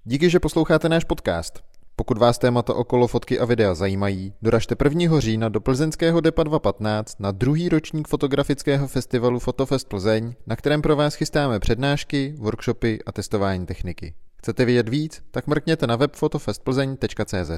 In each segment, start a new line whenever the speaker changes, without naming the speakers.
Díky, že posloucháte náš podcast. Pokud vás témata okolo fotky a videa zajímají, doražte 1. října do plzeňského Depa 215 na druhý ročník fotografického festivalu Fotofest Plzeň, na kterém pro vás chystáme přednášky, workshopy a testování techniky. Chcete vědět víc? Tak mrkněte na web fotofestplzeň.cz.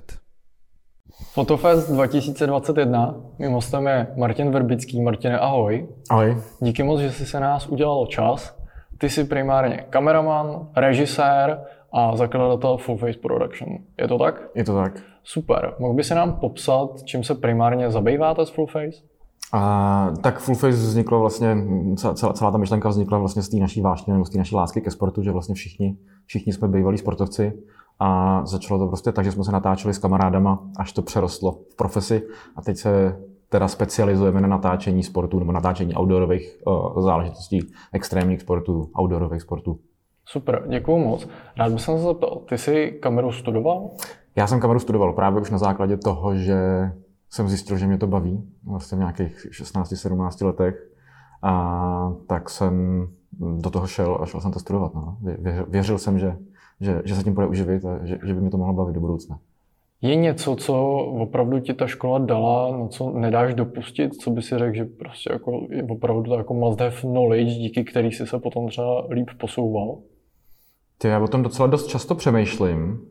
Fotofest 2021. Mým hostem je Martin Verbický. Martine, ahoj.
Ahoj.
Díky moc, že jsi se nás udělal čas. Ty jsi primárně kameraman, režisér a zakladatel Full Face Production. Je to tak?
Je to tak.
Super. Mohl by si nám popsat, čím se primárně zabýváte s Full Face?
Tak Full Face vzniklo vlastně, celá ta myšlenka vznikla vlastně z té naší vášně nebo z té naší lásky ke sportu, že vlastně všichni jsme bývalí sportovci a začalo to prostě tak, že jsme se natáčeli s kamarádama, až to přerostlo v profesi a teď se teda specializujeme na natáčení sportů nebo natáčení outdoorových záležitostí, extrémních sportů, outdoorových sportů.
Super, děkuju moc. Rád bych se zeptal, ty jsi kameru studoval?
Já jsem kameru studoval právě už na základě toho, že jsem zjistil, že mě to baví, vlastně v nějakých 16-17 letech. A tak jsem do toho šel a šel jsem to studovat. No. Věřil jsem, že se tím bude uživit a že by mě to mohlo bavit do budoucna.
Je něco, co opravdu ti ta škola dala, na co nedáš dopustit, co by si řekl, že prostě jako je opravdu to jako must have knowledge, díky který si se potom třeba líp posouval?
Já o tom docela dost často přemýšlím.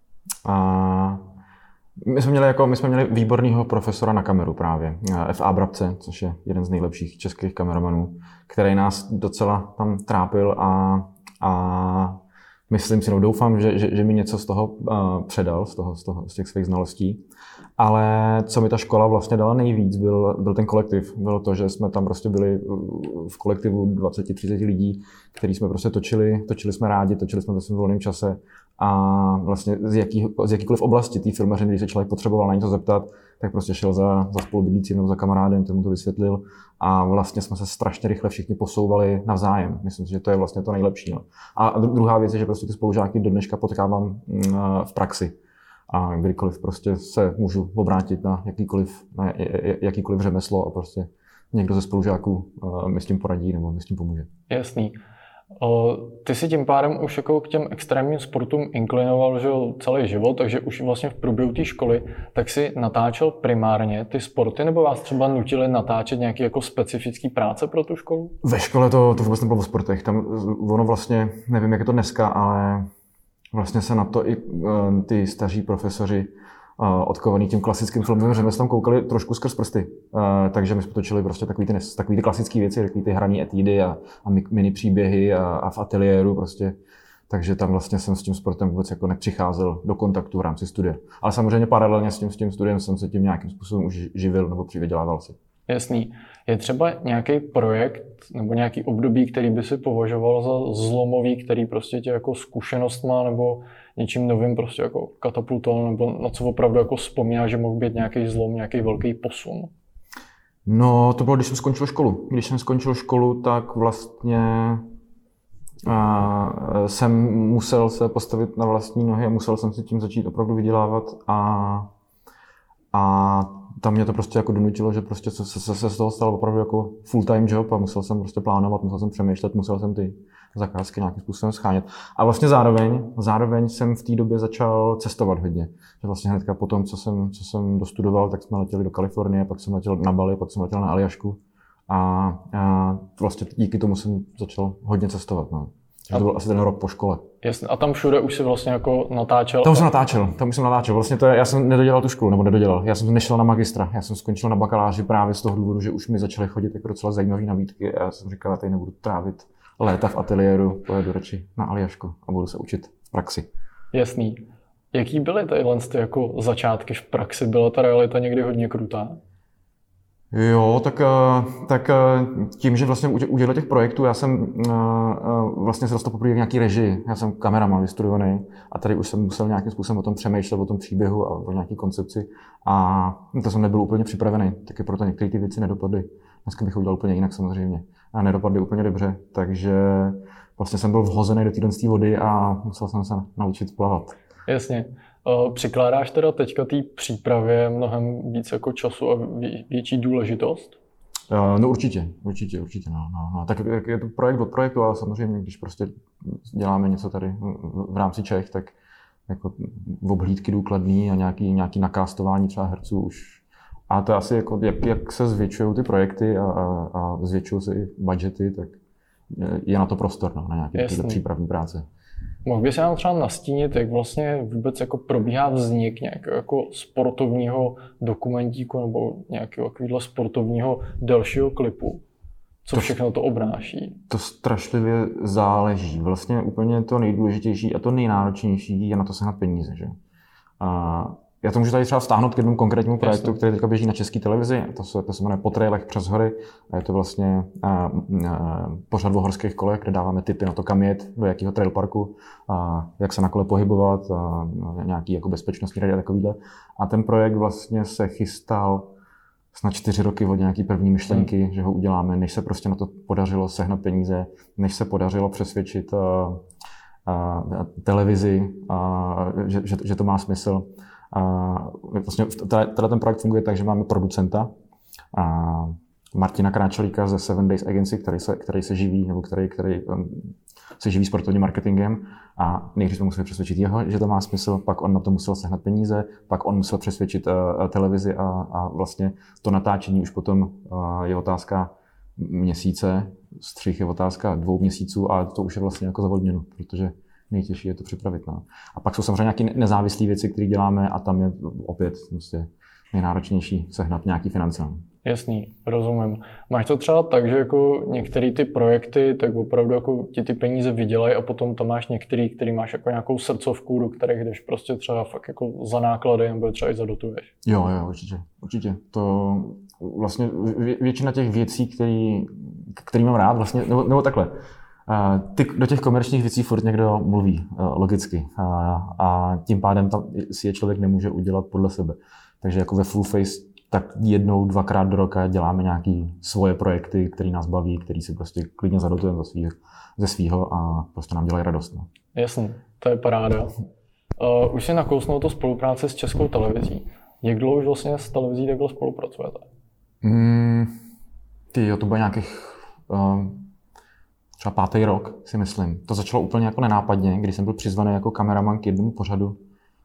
A my jsme měli výborného profesora na kameru právě, F.A. Brabce, což je jeden z nejlepších českých kameramanů, který nás docela tam trápil a myslím si, doufám, že mi něco z toho předal, z těch svých znalostí. Ale co mi ta škola vlastně dala nejvíc, byl ten kolektiv. Bylo to, že jsme tam prostě byli v kolektivu 20-30 lidí, který jsme prostě točili jsme rádi, točili jsme ve svém volném čase a vlastně z jakýkoliv oblasti té filmařiny, když se člověk potřeboval na něco zeptat, tak prostě šel za spolubydlícím nebo za kamarádem, který mu to vysvětlil a vlastně jsme se strašně rychle všichni posouvali navzájem. Myslím si, že to je vlastně to nejlepší. No. A druhá věc je, že prostě ty spolužáky do dneška potkávám v praxi. A kdykoliv prostě se můžu obrátit na jakýkoliv řemeslo a prostě někdo ze spolužáků mi s tím poradí nebo mi s tím pomůže.
Jasný. Ty si tím pádem už jako k těm extrémním sportům inklinoval, že celý život, takže už vlastně v průběhu té školy, tak si natáčel primárně ty sporty, nebo vás třeba nutili natáčet nějaké jako specifické práce pro tu školu?
Ve škole to vůbec nebylo o sportech. Tam ono vlastně, nevím, jak je to dneska, ale vlastně se na to i ty staří profesoři odkovaný tím klasickým filmovým řemeslem koukali trošku skrz prsty. Takže my jsme točili prostě takový ty klasické věci, takový ty hraný etídy a mini příběhy a v ateliéru prostě. Takže tam vlastně jsem s tím sportem vůbec jako nepřicházel do kontaktu v rámci studia. Ale samozřejmě paralelně s tím studiem jsem se tím nějakým způsobem už živil nebo přivydělával si.
Jasný. Je třeba nějaký projekt nebo nějaký období, který by si považoval za zlomový, který prostě tě jako zkušenostma nebo něčím novým prostě jako katapultoval, nebo na co opravdu jako vzpomínáš, že mohl být nějaký zlom, nějaký velký posun?
No, to bylo, když jsem skončil školu. Když jsem skončil školu, tak vlastně jsem musel se postavit na vlastní nohy a musel jsem si tím začít opravdu vydělávat a tam mě to prostě jako donutilo, že prostě se z toho stalo opravdu jako full-time job a musel jsem prostě plánovat, musel jsem přemýšlet, musel jsem ty zakázky nějakým způsobem schánět. A vlastně zároveň jsem v té době začal cestovat hodně. Že vlastně hnedka po tom, co jsem dostudoval, tak jsme letěli do Kalifornie, pak jsem letěl na Bali, pak jsem letěl na Aljašku a vlastně díky tomu jsem začal hodně cestovat. No. To byl asi ten rok po škole.
Jasně. A tam všude už si vlastně jako natáčel?
Tam jsem natáčel. Vlastně já jsem nedodělal tu školu, Já jsem nešel na magistra. Já jsem skončil na bakaláři právě z toho důvodu, že už mi začaly chodit jako docela zajímavé nabídky a já jsem říkal, že tady nebudu trávit léta v ateliéru, pojedu radši na Aljašku a budu se učit v praxi.
Jasný. Jaký byly tyhle jako začátky v praxi? Byla ta realita někdy hodně krutá?
Jo, tak tím, že vlastně u těch projektů já jsem vlastně se dostal poprvé v nějaký režii. Já jsem kameraman vystudovaný a tady už jsem musel nějakým způsobem o tom přemýšlet, o tom příběhu a o nějaký koncepci a to jsem nebyl úplně připravený, taky proto některé ty věci nedopadly. Dneska bych udělal úplně jinak samozřejmě a nedopadly úplně dobře, takže vlastně jsem byl vhozený do této vody a musel jsem se naučit plavat.
Jasně. Přikládáš teda teďka té přípravě mnohem víc jako času a větší důležitost?
No určitě. No. Tak je to projekt od projektu, ale samozřejmě, když prostě děláme něco tady v rámci Čech, jako obhlídky důkladný a nějaký nakástování třeba herců už. A to asi jako, jak se zvětšují ty projekty a zvětšují se i budgety, tak je na to prostor, no, na nějaké přípravní práce.
Mohl by se nám třeba nastínit, jak vlastně vůbec jako probíhá vznik nějakého jako sportovního dokumentíku nebo nějakého takového sportovního delšího klipu? Co všechno to obnáší?
To strašlivě záleží. Vlastně úplně to nejdůležitější a to nejnáročnější je na to sehnat peníze. Že? A já to můžu tady třeba vztáhnout k jednomu konkrétnímu projektu, který teďka běží na České televizi. To se jmenuje Po trailech přes hory. A je to vlastně pořad o horských kolech, kde dáváme tipy na to, kam jet, do jakého trail parku, a jak se na kole pohybovat, a nějaký jako bezpečnostní rady a takovýhle. A ten projekt vlastně se chystal snad 4 roky od nějaký první myšlenky, že ho uděláme, než se prostě na to podařilo sehnat peníze, než se podařilo přesvědčit televizi, že to má smysl. Vlastně ten projekt funguje tak, že máme producenta, Martina Kráčelíka ze 7 Days Agency, který se živí, nebo který se živí sportovním marketingem, a nejdřív jsme museli přesvědčit jeho, že to má smysl, pak on na to musel sehnat peníze, pak on musel přesvědčit televizi a vlastně to natáčení už potom je otázka měsíce, střih je otázka 2 měsíců a to už je vlastně jako za odměnu, protože nejtěžší je to připravit. No. A pak jsou samozřejmě nějaké nezávislé věci, které děláme a tam je opět vlastně nejnáročnější sehnat nějaký finance.
Jasný, rozumím. Máš to třeba tak, že jako některé ty projekty, tak opravdu jako ti ty peníze vydělají a potom tam máš některý, který máš jako nějakou srdcovku, do kterých jdeš prostě třeba fakt jako za náklady nebo třeba i zadotuješ.
Jo, určitě. To vlastně většina těch věcí, který mám rád, vlastně, nebo takhle. Do těch komerčních věcí furt někdo mluví, logicky. A tím pádem tam si je člověk nemůže udělat podle sebe. Takže jako ve Full Face tak 1, 2krát do roka děláme nějaké svoje projekty, které nás baví, které si prostě klidně zadotujeme ze svýho a prostě nám dělají radost. No.
Jasně, to je paráda. Už si nakousnul to spolupráci s Českou televizí. Jak dlouho už vlastně s televizí takhle spolupracujete?
To bude nějakých třeba 5. rok, si myslím. To začalo úplně jako nenápadně, když jsem byl přizvaný jako kameraman k jednomu pořadu.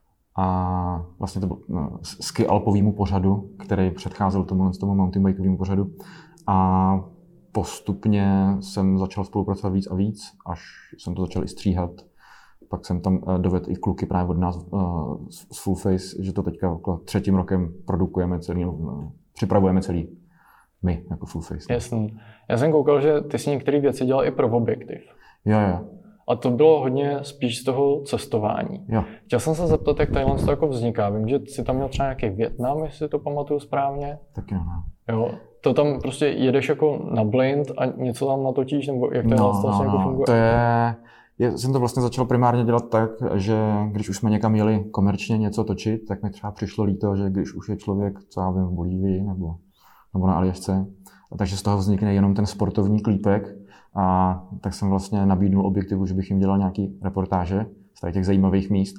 A vlastně to byl ski alpovému pořadu, který předcházel tomu mountainbikeovému pořadu. A postupně jsem začal spolupracovat víc a víc, až jsem to začal i stříhat. Pak jsem tam dovedl i kluky právě od nás z Full Face, že to teďka okolo 3. rokem produkujeme připravujeme celý my jako Full Face.
Jasný. Já jsem koukal, že ty si některé věci dělal i pro objektiv.
Jo.
A to bylo hodně spíš z toho cestování.
Jo.
Chtěl jsem se zeptat, jak Thailand to jako vzniká. Vím, že jsi tam měl třeba nějaký Vietnam, jestli to pamatuju správně.
Taky no.
Jo. To tam prostě jedeš jako na blind a něco tam natočíš, nebo jak to vlastně jako funguje?
Jsem to vlastně začal primárně dělat tak, že když už jsme někam jeli komerčně něco točit, tak mi třeba přišlo líto, že když už je člověk, co já vím, v Bolívii nebo na Aljašce, takže z toho vznikne jenom ten sportovní klípek. A tak jsem vlastně nabídnul objektivu, že bych jim dělal nějaký reportáže z těch zajímavých míst.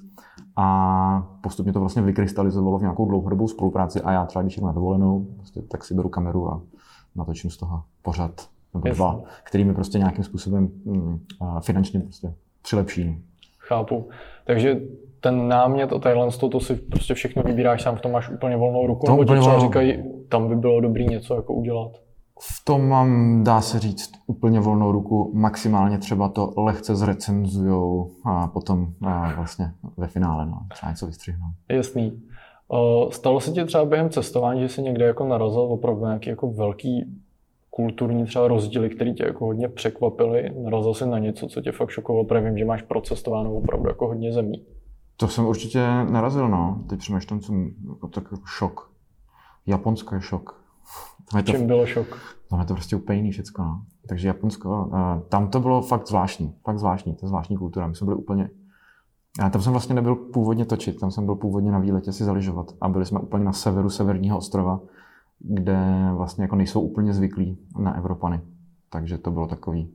A postupně to vlastně vykrystalizovalo v nějakou dlouhodobou spolupráci a já třeba když jdu na dovolenou, prostě, tak si beru kameru a natočím z toho pořad nebo 2, který mi prostě nějakým způsobem finančně prostě přilepší.
Chápu. Takže ten námět o Thailandstu, to si prostě všechno vybíráš sám, v tom máš úplně volnou ruku, nebo ti třeba říkají, tam by bylo dobrý něco jako udělat?
V tom mám, dá se říct, úplně volnou ruku, maximálně třeba to lehce zrecenzujou a potom vlastně ve finále, no, třeba něco vystřihnou.
Jasný. Stalo se ti třeba během cestování, že jsi někde jako narazil opravdu nějaký jako velký kulturní třeba rozdíly, které tě jako hodně překvapily? Narazil jsi na něco, co tě fakt šokovalo, protože vím, že máš procestováno opravdu jako hodně zemí. To
jsem určitě narazil, no. Teď přemýšlím, co tak jako šok. Japonsko je šok.
Čím bylo šok?
Tam je to prostě úplně jiný všecko, no. Takže Japonsko, tam to bylo fakt zvláštní, to je zvláštní kultura. My jsme byli úplně, tam jsem vlastně nebyl původně točit, tam jsem byl původně na výletě si zalyžovat a byli jsme úplně na severu severního ostrova, kde vlastně jako nejsou úplně zvyklí na Evropany. Takže to bylo takový.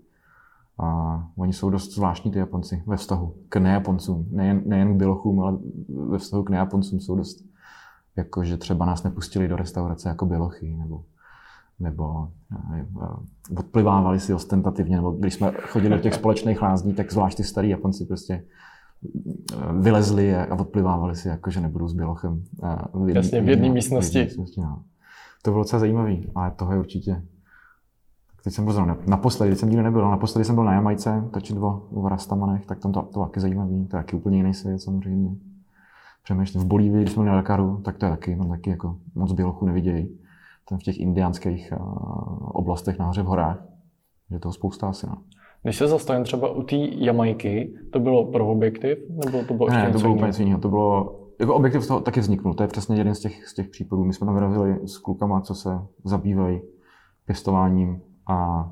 Oni jsou dost zvláštní, ty Japonci, ve vztahu k nejaponcům. Nejen k bělochům, ale ve vztahu k nejaponcům jsou dost, jakože třeba nás nepustili do restaurace jako bělochy, nebo odplivávali si ostentativně, nebo když jsme chodili do těch společných lázní, tak zvlášť ty starý Japonci prostě vylezli a odplivávali si, jako že nebudou s bělochem.
Jasně, v jedné místnosti.
No. To bylo docela zajímavý, ale toho je určitě. Teď jsem byl naposledy jsem nikdy nebyl, naposledy jsem byl na Jamajce, točit o Rastamanech, tak tam to taky zajímavý, to je taky úplně jiný svět samozřejmě. Přemýšlím, v Bolívii, když jsme měli Dakaru, tak to je taky, tam taky jako moc bělochů nevidějí. Tam v těch indiánských oblastech nahoře v horách, je toho spousta asi. No.
Když se zastavím třeba u té Jamajky, to bylo pro objektiv, nebo to bylo ještě
to bylo úplně něco jiného. To bylo, jako objektiv z toho taky vzniknul, to je přesně jeden z těch případů. My jsme tam vyrazili s klukama, co se zabývají pěstováním a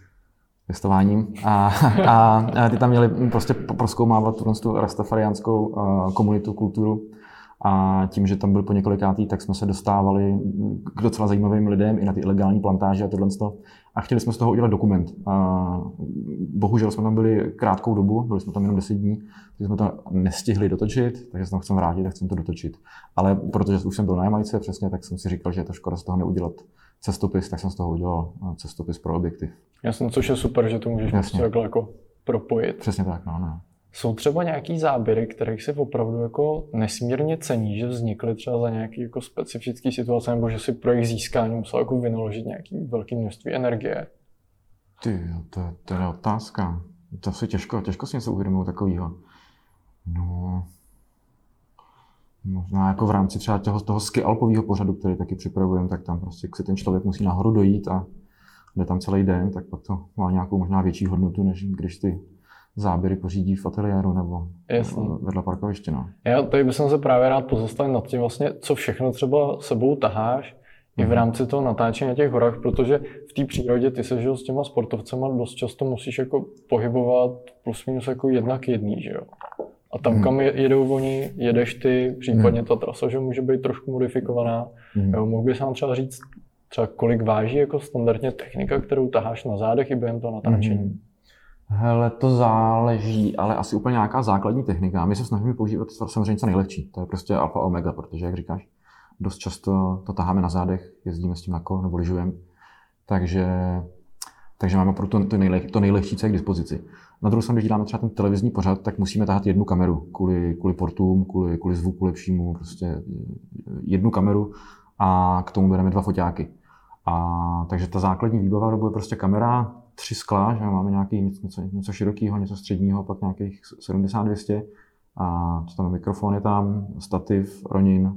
ty tam měli prostě prozkoumávat tu rastafariánskou komunitu, kulturu. A tím, že tam byl po několikátý, tak jsme se dostávali k docela zajímavým lidem i na ty ilegální plantáže a tohle. A chtěli jsme z toho udělat dokument. Bohužel jsme tam byli krátkou dobu, byli jsme tam jenom 10 dní, takže jsme to nestihli dotočit, takže se tam chcem vrátit a chcem to dotočit. Ale protože už jsem byl na Jamajce přesně, tak jsem si říkal, že je to škoda z toho neudělat cestopis, tak jsem z toho udělal cestopis pro objektiv.
Jasně, což je super, že to můžeš prostě takhle jako propojit.
Přesně tak, no.
Jsou třeba nějaký záběry, kterých si opravdu jako nesmírně cení, že vznikly třeba za nějaký jako specifický situace, nebo že si pro jejich získání musel jako vynaložit nějaký velké množství energie?
To je otázka. To je těžko si něco uvědomit takového. No, možná jako v rámci třeba toho ski-alpového pořadu, který taky připravujeme, tak tam prostě si ten člověk musí nahoru dojít a jde tam celý den, tak pak to má nějakou možná větší hodnotu, než když ty záběry pořídí v ateliéru nebo vedle parkoviště. No.
Já tady bych se právě rád pozastavil nad tím, vlastně, co všechno třeba sebou taháš i v rámci toho natáčení na těch horách, protože v té přírodě ty se s těma sportovcema dost často musíš jako pohybovat plus minus jako jedna k jedný, že jo? A tam, kam jedou oni, jedeš ty, případně ta trasa, že může být trošku modifikovaná. Jo, mohl bys nám třeba říct, třeba kolik váží jako standardně technika, kterou taháš na zádech i během toho natáčení?
Hele, to záleží, ale asi úplně nějaká základní technika. My se snažíme používat samozřejmě co nejlehčí. To je prostě alfa omega, protože, jak říkáš, dost často to taháme na zádech, jezdíme s tím na kole nebo lyžujeme. Takže máme pro to nejlehčí, co je k dispozici. Na druhou stranu, když děláme třeba ten televizní pořad, tak musíme tahat jednu kameru kvůli portům, kvůli zvuku lepšímu, prostě jednu kameru a k tomu bereme 2 foťáky. Takže ta základní výbava bude prostě kamera, 3 skla, že máme nějaký něco širokého, něco středního, pak nějakých 70-200 a co tam mikrofon je tam, stativ, ronin,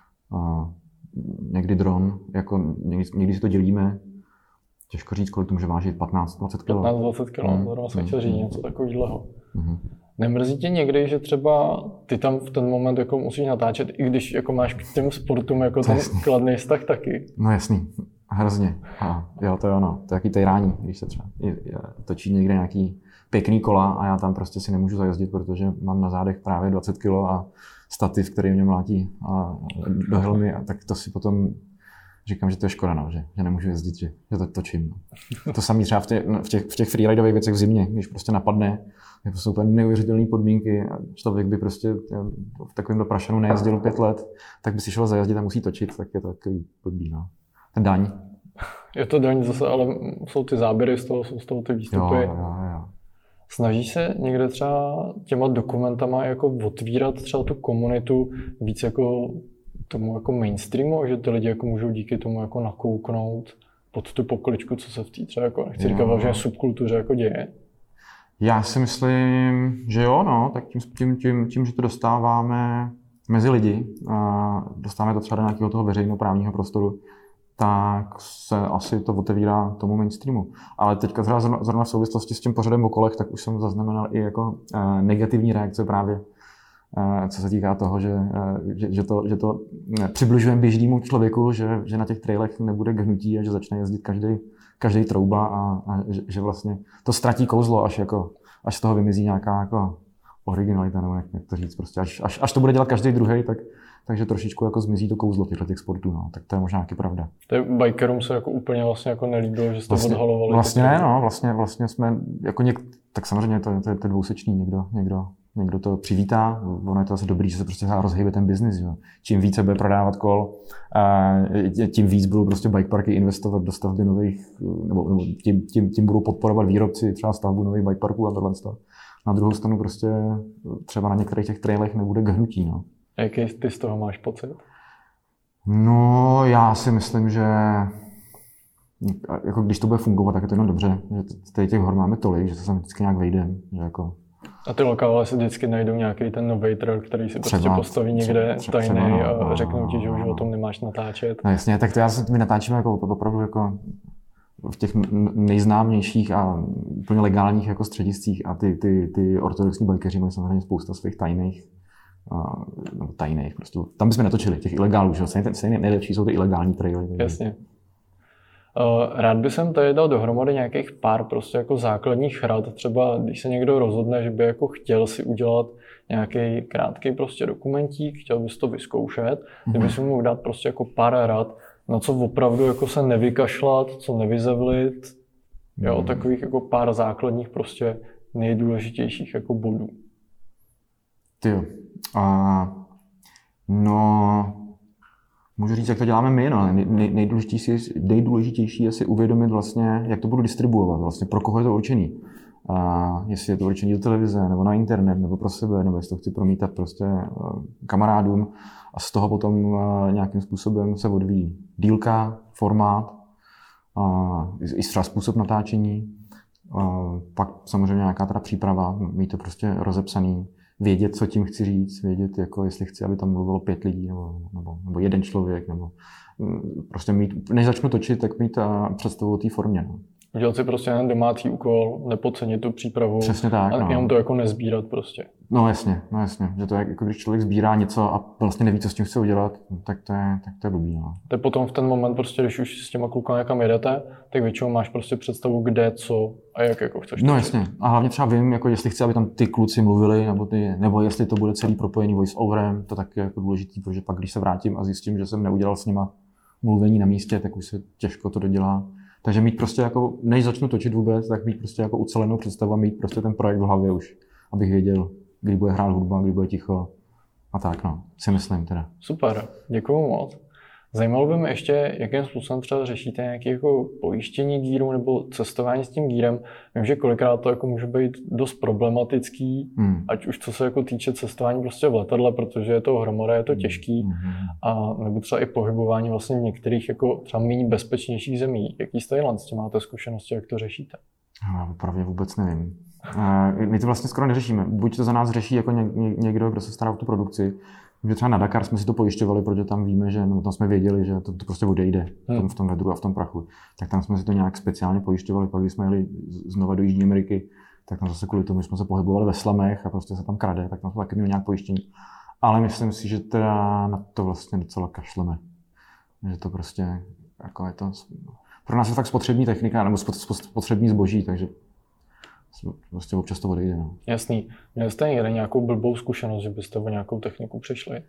někdy dron, jako někdy si to dělíme. Těžko říct, kolik to může vážit, 15-20 kg.
15-20 kg, zrovna jsem chtěl říct něco takového. Nemrzí tě někdy, že třeba ty tam v ten moment jako musíš natáčet, i když jako máš k těm sportům jako ten kladný vztah taky?
No jasný, hrozně. Jo, to je ono. To je jaký tejrání, když se třeba točí někde nějaký pěkný kola a já tam prostě si nemůžu zajezdit, protože mám na zádech právě 20 kg a stativ, který mě mlátí do helmy, a tak to si potom říkám, že to je škoda, no, že nemůžu jezdit, že to točím. No. To samé třeba v těch freeridových věcech v zimě, když prostě napadne, jako jsou úplně neuvěřitelné podmínky a člověk by prostě v takovém prašanu nejezdil 5 let, tak by si šel zajezdit a musí točit, tak je to takový blbý, no. Ten daň.
Je to daň zase, ale jsou ty záběry jsou z toho ty výstupy.
Jo.
Snažíš se někde třeba těma dokumentama jako otvírat třeba tu komunitu víc jako tomu jako mainstreamu, že ty lidi jako můžou díky tomu jako nakouknout pod tu pokličku, co se v té třeba jako, nechci říkat, že subkultuře jako děje?
Já si myslím, že jo, no, tak tím, že to dostáváme mezi lidi, dostáváme to třeba do nějakého toho veřejnoprávního prostoru, tak se asi to otevírá tomu mainstreamu. Ale teďka zrovna v souvislosti s tím pořadem o kolech, tak už jsem zaznamenal i jako negativní reakce právě, co se týká toho, že to přibližujeme běžnému člověku, že na těch trailech nebude hnutí a že začne jezdit každý trouba a že vlastně to ztratí kouzlo, až z toho vymizí nějaká jako originalita, nebo jak to říct, prostě až to bude dělat každý druhý, takže trošičku jako zmizí to kouzlo těch sportů, no, tak to je možná taky pravda.
Bikerům se jako úplně vlastně jako nelíbilo, že jste odhalovali.
Vlastně ne, no, vlastně jsme jako tak samozřejmě to je dvousečný, někdo to přivítá, ono je to asi dobrý, že se prostě rozhýbe ten biznis, jo. Čím více bude prodávat kol, tím víc budou prostě bike parky investovat do stavby nových, nebo tím budou podporovat výrobci třeba stavbu nových bike parků a tohle. Na druhou stranu prostě třeba na některých těch trailech nebude k hnutí. No.
Jaký ty z toho máš pocit?
No, já si myslím, že jako když to bude fungovat, tak je to jenom dobře. Že těch hor máme tolik, že se sem vždycky nějak vejdem. Jako...
A ty lokále si vždycky najdou nějaký ten nový trail, který si prostě postaví někde tajný a řeknou ti, že už o tom nemáš natáčet.
No jasně, tak to my natáčíme jako opravdu jako v těch nejznámějších a úplně legálních jako střediscích a ty ortodoxní bajkeři mají samozřejmě spousta svých tajných prostě. Tam bychom natočili, těch ilegálů, že stejně nejlepší jsou ty ilegální traily.
Jasně. Rád bych sem tady dal dohromady nějakých pár prostě jako základních rad, třeba když se někdo rozhodne, že by jako chtěl si udělat nějaký krátký prostě dokumentík, chtěl bys to vyzkoušet, kdyby si mu mohl dát prostě jako pár rad, na co opravdu jako se nevykašlat, co nevyzevlit, jo, takových jako pár základních prostě nejdůležitějších jako bodů.
Tyjo. No, můžu říct, jak to děláme my, no. Nejdůležitější je si uvědomit vlastně, jak to budu distribuovat, vlastně pro koho je to určený. Jestli je to určený do televize, nebo na internet, nebo pro sebe, nebo jestli to chci promítat prostě kamarádům a z toho potom nějakým způsobem se odvíjí dílka, formát, i třeba způsob natáčení, pak samozřejmě nějaká teda příprava, mít to prostě rozepsaný, vědět, co tím chci říct, vědět, jako jestli chci, aby tam mluvilo 5 lidí nebo jeden člověk, nebo prostě mít, než začnu točit, tak mít představu o té formě. No.
Udělat si prostě jen domácí úkol, nepodcenit tu přípravu.
Přesně tak,
a jenom to jako nezbírat prostě.
No jasně, že to je jako když člověk sbírá něco a vlastně neví, co s tím chce udělat, tak to je blbý. No.
To je potom v ten moment prostě, když už s těma klukama někam jedete, tak většinou máš prostě představu, kde, co a jak jako chceš.
No jasně, a hlavně třeba vím, jako jestli chci, aby tam ty kluci mluvili, nebo jestli to bude celý propojený voice-overem, to taky je jako důležitý, protože pak když se vrátím a zjistím, že jsem neudělal s nima mluvení na místě, tak už se těžko to dodělá. Takže mít prostě jako, než začnu točit vůbec, tak mít prostě jako ucelenou představu a mít prostě ten projekt v hlavě už, abych věděl, kdy bude hrát hudba, kdy bude ticho a tak no, si myslím teda.
Super, děkuju moc. Zajímalo by mě ještě, jakým způsobem třeba řešíte nějaké jako pojištění gíru nebo cestování s tím gírem. Vím, že kolikrát to jako může být dost problematický, ať už co se jako týče cestování prostě v letadle, protože je to hromada, je to těžký, a nebo třeba i pohybování vlastně v některých jako třeba méně bezpečnějších zemí. Jaký jste s tím máte zkušenosti, jak to řešíte?
Já opravdu vůbec nevím. My to vlastně skoro neřešíme. Buď to za nás řeší jako někdo, kdo se stará o tu produkci. Že třeba na Dakar jsme si to pojišťovali, protože tam víme, že tam jsme věděli, že to prostě odejde v tom vedru a v tom prachu. Tak tam jsme si to nějak speciálně pojišťovali, pak když jsme jeli znova do Jižní Ameriky, tak tam zase kvůli tomu, že jsme se pohybovali ve slamech a prostě se tam krade, tak tam jsme taky měli nějak pojištění. Ale myslím si, že teda na to vlastně docela kašleme. Že to prostě, jako je to, pro nás je fakt spotřební technika nebo spotřební zboží, takže prostě občas to odejde. No.
Jasný. Měli jste někde nějakou blbou zkušenost, že byste o nějakou techniku přišli?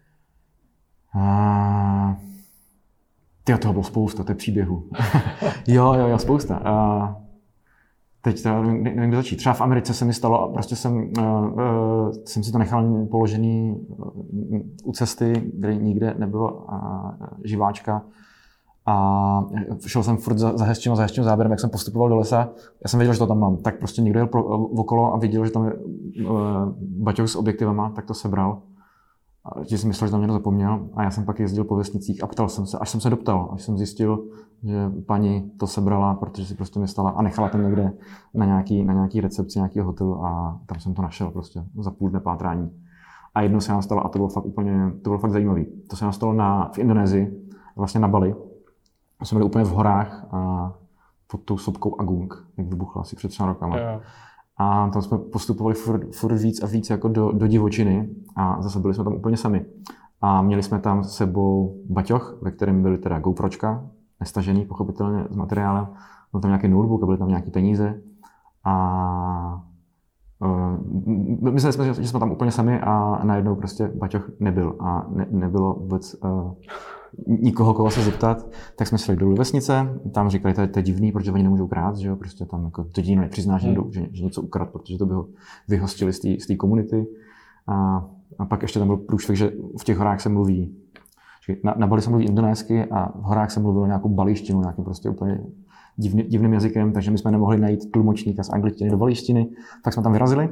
Toho bylo spousta, to je příběhu. jo, spousta. Teď nevím, kde začít. Třeba v Americe se mi stalo, a prostě jsem si to nechal položený u cesty, kde nikde nebyla živáčka. A šel jsem furt za hezčím záběrem, jak jsem postupoval do lesa. Já jsem věděl, že to tam mám. Tak prostě někdo jel okolo a viděl, že tam je baťoch s objektivama, tak to sebral. A že si myslel, že tam někdo zapomněl. A já jsem pak jezdil po vesnicích a ptal jsem se, až jsem se doptal, až jsem zjistil, že paní to sebrala, protože si prostě myslela a nechala to někde na nějaký recepci nějakého hotelu a tam jsem to našel prostě za půl dne pátrání. A jednou se nám stalo, a to bylo fakt zajímavý. To se nám stalo v Indonésii, vlastně na Bali. Jsme byli úplně v horách a pod tou sopkou Agung, jak vybuchla asi před 3 rokama. Yeah. A tam jsme postupovali furt víc a víc jako do divočiny a zase byli jsme tam úplně sami. A měli jsme tam s sebou baťoch, ve kterém byly teda GoPročka, nestažený pochopitelně s materiálem. Byl tam nějaký notebook a byly tam nějaké peníze. A mysleli jsme, že jsme tam úplně sami a najednou prostě baťoch nebyl a nebylo vůbec nikoho, koho se zeptat, tak jsme šli dolů vesnice, tam říkali, to je divný, protože oni nemůžou krát, že jo, prostě tam jako to jediný nepřizná, že něco ukradl, protože to by ho vyhostili z té komunity. A pak ještě tam byl průšvih, že v těch horách se mluví, na Bali se mluví indonésky a v horách se mluvilo nějakou balíštinu, nějakým prostě úplně divným jazykem, takže my jsme nemohli najít tlumočníka z angličtiny do balíštiny, tak jsme tam vyrazili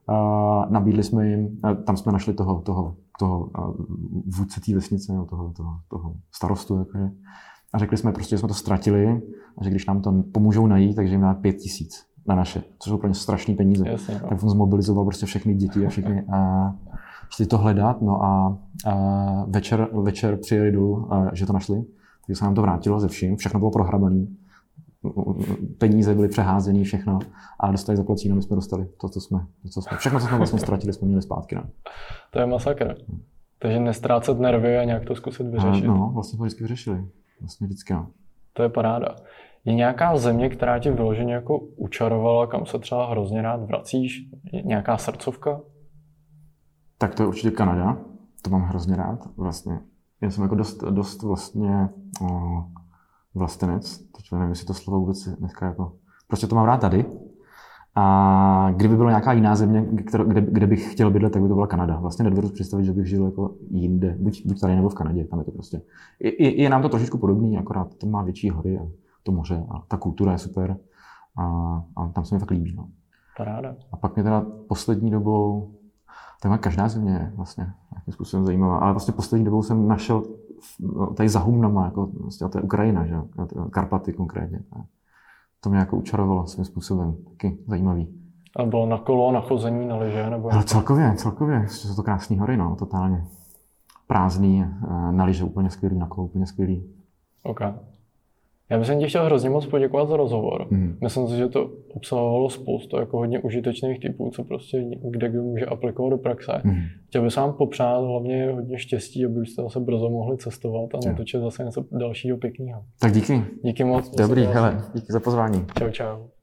Nabídli jsme jim, tam jsme našli toho vůdce té vesnice, toho starostu. Jakože. A řekli jsme prostě, že jsme to ztratili a že když nám to pomůžou najít, takže jim dá 5 000 na naše, což jsou pro ně strašný peníze.
Jasně, no.
Tak on zmobilizoval prostě všechny děti a všechny a šli to hledat, no a večer přijeli dolů, že to našli, takže se nám to vrátilo ze vším, všechno bylo prohrabané, peníze byly přeházené, všechno a dostali zaplaceno, my jsme dostali to, co jsme, všechno, co jsme vlastně ztratili, jsme měli zpátky. No.
To je masakr. Takže nestrácet nervy a nějak to zkusit vyřešit.
No, vlastně to vždycky vyřešili. Vlastně vždycky, no.
To je paráda. Je nějaká země, která tě vyloženě jako učarovala, kam se třeba hrozně rád vracíš? Je nějaká srdcovka?
Tak to je určitě Kanada. To mám hrozně rád. Vlastně. Já jsem jako dost vlastně vlastenec. Teď nevím, jestli to slovo vůbec dneska jako... Prostě to mám rád tady. A kdyby byla nějaká jiná země, kde bych chtěl bydlet, tak by to byla Kanada. Vlastně nedovedu představit, že bych žil jako jinde. Buď tady nebo v Kanadě. Tam je to prostě... Je nám to trošičku podobný, akorát to má větší hory a to moře a ta kultura je super. A tam se mi fakt líbí. No.
Paráda.
A pak mě teda poslední dobou, tak každá země je vlastně nějakým způsobem zajímavá, ale vlastně poslední dobou jsem našel tady za Humnama, jako vlastně, to je Ukrajina, že? Karpaty konkrétně. To mě jako učarovalo svým způsobem, taky zajímavý.
A bylo na kolo, na chození, na lyže? Nebo...
Ale celkově, jsou to krásné hory, no, totálně prázdný, na lyže úplně skvělý, na kolo úplně skvělý.
OK. Já bych ti chtěl hrozně moc poděkovat za rozhovor. Myslím si, že to obsahovalo spoustu jako hodně užitečných typů, co prostě kde může aplikovat do praxe. Chtěl bych vám popřát hlavně hodně štěstí, abyste zase brzo mohli cestovat a natočit zase něco dalšího pěkného.
Tak díky.
Díky moc.
Dobrý, hele, díky za pozvání.
Čau, čau.